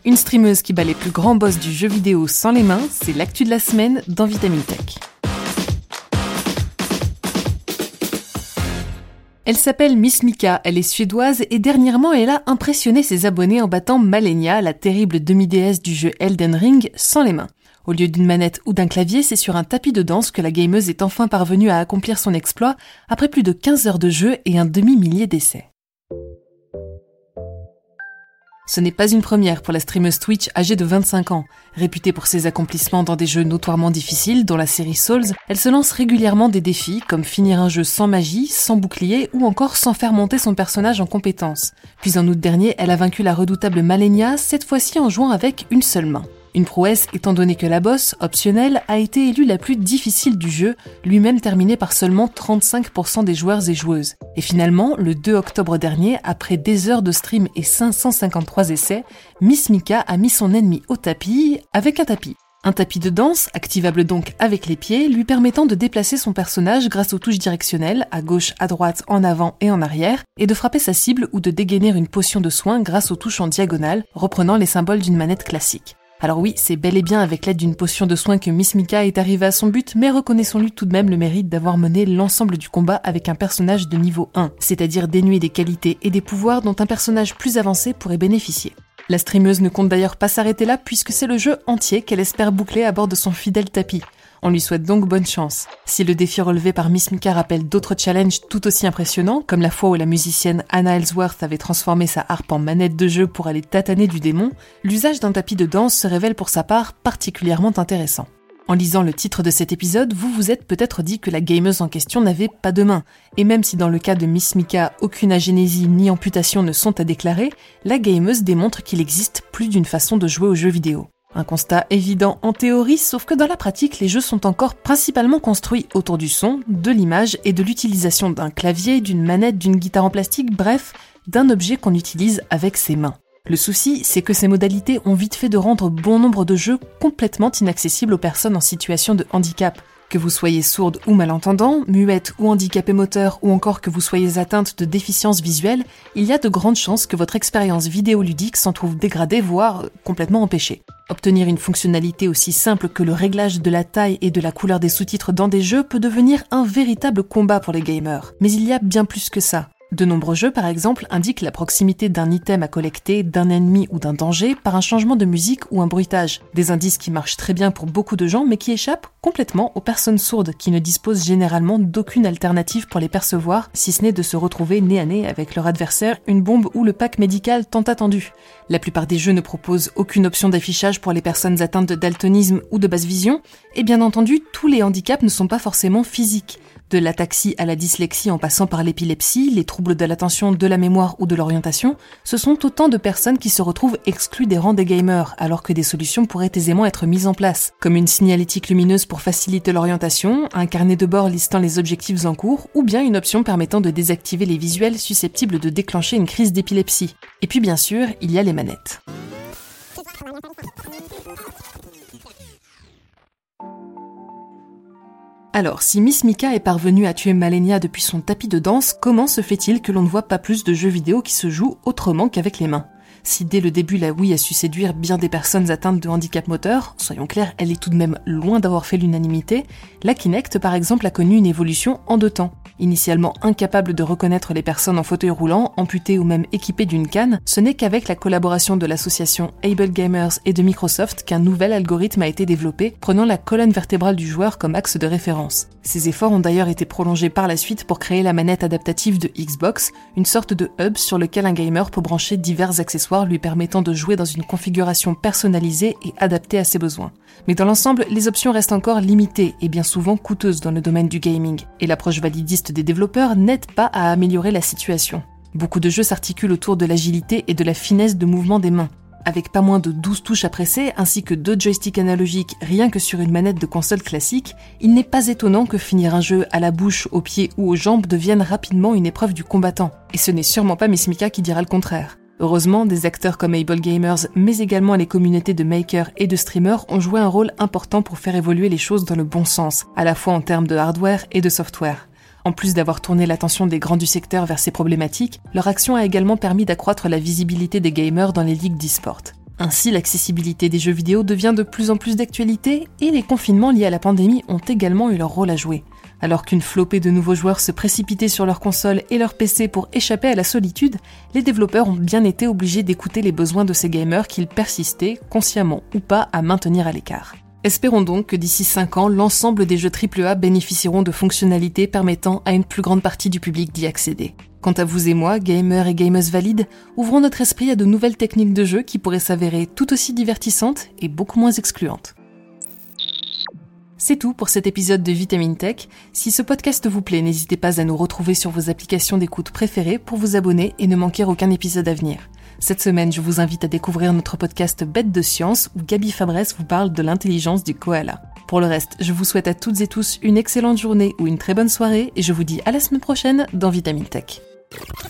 Une streameuse qui bat les plus grands boss du jeu vidéo sans les mains, c'est l'actu de la semaine dans Vitamin Tech. Elle s'appelle Miss Mika, elle est suédoise et dernièrement elle a impressionné ses abonnés en battant Malenia, la terrible demi-déesse du jeu Elden Ring, sans les mains. Au lieu d'une manette ou d'un clavier, c'est sur un tapis de danse que la gameuse est enfin parvenue à accomplir son exploit après plus de 15 heures de jeu et un demi-millier d'essais. Ce n'est pas une première pour la streameuse Twitch âgée de 25 ans. Réputée pour ses accomplissements dans des jeux notoirement difficiles, dont la série Souls, elle se lance régulièrement des défis, comme finir un jeu sans magie, sans bouclier, ou encore sans faire monter son personnage en compétences. Puis en août dernier, elle a vaincu la redoutable Malenia, cette fois-ci en jouant avec une seule main. Une prouesse étant donné que la boss, optionnelle, a été élue la plus difficile du jeu, lui-même terminé par seulement 35% des joueurs et joueuses. Et finalement, le 2 octobre dernier, après des heures de stream et 553 essais, Miss Mika a mis son ennemi au tapis avec un tapis. Un tapis de danse, activable donc avec les pieds, lui permettant de déplacer son personnage grâce aux touches directionnelles, à gauche, à droite, en avant et en arrière, et de frapper sa cible ou de dégainer une potion de soin grâce aux touches en diagonale, reprenant les symboles d'une manette classique. Alors oui, c'est bel et bien avec l'aide d'une potion de soin que Miss Mika est arrivée à son but, mais reconnaissons-lui tout de même le mérite d'avoir mené l'ensemble du combat avec un personnage de niveau 1, c'est-à-dire dénué des qualités et des pouvoirs dont un personnage plus avancé pourrait bénéficier. La streameuse ne compte d'ailleurs pas s'arrêter là puisque c'est le jeu entier qu'elle espère boucler à bord de son fidèle tapis. On lui souhaite donc bonne chance. Si le défi relevé par Miss Mika rappelle d'autres challenges tout aussi impressionnants, comme la fois où la musicienne Anna Ellsworth avait transformé sa harpe en manette de jeu pour aller tataner du démon, l'usage d'un tapis de danse se révèle pour sa part particulièrement intéressant. En lisant le titre de cet épisode, vous vous êtes peut-être dit que la gameuse en question n'avait pas de main. Et même si dans le cas de Miss Mika, aucune agénésie ni amputation ne sont à déclarer, la gameuse démontre qu'il existe plus d'une façon de jouer aux jeux vidéo. Un constat évident en théorie, sauf que dans la pratique, les jeux sont encore principalement construits autour du son, de l'image et de l'utilisation d'un clavier, d'une manette, d'une guitare en plastique, bref, d'un objet qu'on utilise avec ses mains. Le souci, c'est que ces modalités ont vite fait de rendre bon nombre de jeux complètement inaccessibles aux personnes en situation de handicap. Que vous soyez sourde ou malentendant, muette ou handicapé moteur, ou encore que vous soyez atteinte de déficience visuelle, il y a de grandes chances que votre expérience vidéoludique s'en trouve dégradée, voire complètement empêchée. Obtenir une fonctionnalité aussi simple que le réglage de la taille et de la couleur des sous-titres dans des jeux peut devenir un véritable combat pour les gamers. Mais il y a bien plus que ça. De nombreux jeux, par exemple, indiquent la proximité d'un item à collecter, d'un ennemi ou d'un danger par un changement de musique ou un bruitage. Des indices qui marchent très bien pour beaucoup de gens, mais qui échappent complètement aux personnes sourdes, qui ne disposent généralement d'aucune alternative pour les percevoir, si ce n'est de se retrouver nez à nez avec leur adversaire, une bombe ou le pack médical tant attendu. La plupart des jeux ne proposent aucune option d'affichage pour les personnes atteintes de daltonisme ou de basse vision, et bien entendu, tous les handicaps ne sont pas forcément physiques. De l'ataxie à la dyslexie en passant par l'épilepsie, les troubles de l'attention, de la mémoire ou de l'orientation, ce sont autant de personnes qui se retrouvent exclues des rangs des gamers, alors que des solutions pourraient aisément être mises en place, comme une signalétique lumineuse pour faciliter l'orientation, un carnet de bord listant les objectifs en cours, ou bien une option permettant de désactiver les visuels susceptibles de déclencher une crise d'épilepsie. Et puis bien sûr, il y a les manettes. Alors, si Miss Mika est parvenue à tuer Malenia depuis son tapis de danse, comment se fait-il que l'on ne voit pas plus de jeux vidéo qui se jouent autrement qu'avec les mains ? Si dès le début la Wii a su séduire bien des personnes atteintes de handicap moteur, soyons clairs, elle est tout de même loin d'avoir fait l'unanimité, la Kinect par exemple a connu une évolution en 2 temps. Initialement incapable de reconnaître les personnes en fauteuil roulant, amputées ou même équipées d'une canne, ce n'est qu'avec la collaboration de l'association Able Gamers et de Microsoft qu'un nouvel algorithme a été développé, prenant la colonne vertébrale du joueur comme axe de référence. Ces efforts ont d'ailleurs été prolongés par la suite pour créer la manette adaptative de Xbox, une sorte de hub sur lequel un gamer peut brancher divers accessoires lui permettant de jouer dans une configuration personnalisée et adaptée à ses besoins. Mais dans l'ensemble, les options restent encore limitées et bien souvent coûteuses dans le domaine du gaming, et l'approche validiste des développeurs n'aide pas à améliorer la situation. Beaucoup de jeux s'articulent autour de l'agilité et de la finesse de mouvement des mains. Avec pas moins de 12 touches à presser, ainsi que 2 joysticks analogiques rien que sur une manette de console classique, il n'est pas étonnant que finir un jeu à la bouche, aux pieds ou aux jambes devienne rapidement une épreuve du combattant. Et ce n'est sûrement pas Miss Mika qui dira le contraire. Heureusement, des acteurs comme Able Gamers, mais également les communautés de makers et de streamers ont joué un rôle important pour faire évoluer les choses dans le bon sens, à la fois en termes de hardware et de software. En plus d'avoir tourné l'attention des grands du secteur vers ces problématiques, leur action a également permis d'accroître la visibilité des gamers dans les ligues d'e-sport. Ainsi, l'accessibilité des jeux vidéo devient de plus en plus d'actualité et les confinements liés à la pandémie ont également eu leur rôle à jouer. Alors qu'une flopée de nouveaux joueurs se précipitaient sur leurs consoles et leurs PC pour échapper à la solitude, les développeurs ont bien été obligés d'écouter les besoins de ces gamers qu'ils persistaient, consciemment ou pas, à maintenir à l'écart. Espérons donc que d'ici 5 ans, l'ensemble des jeux AAA bénéficieront de fonctionnalités permettant à une plus grande partie du public d'y accéder. Quant à vous et moi, gamers et gameuses valides, ouvrons notre esprit à de nouvelles techniques de jeu qui pourraient s'avérer tout aussi divertissantes et beaucoup moins excluantes. C'est tout pour cet épisode de Vitamine Tech. Si ce podcast vous plaît, n'hésitez pas à nous retrouver sur vos applications d'écoute préférées pour vous abonner et ne manquer aucun épisode à venir. Cette semaine, je vous invite à découvrir notre podcast Bête de Science où Gaby Fabresse vous parle de l'intelligence du koala. Pour le reste, je vous souhaite à toutes et tous une excellente journée ou une très bonne soirée et je vous dis à la semaine prochaine dans Vitamine Tech.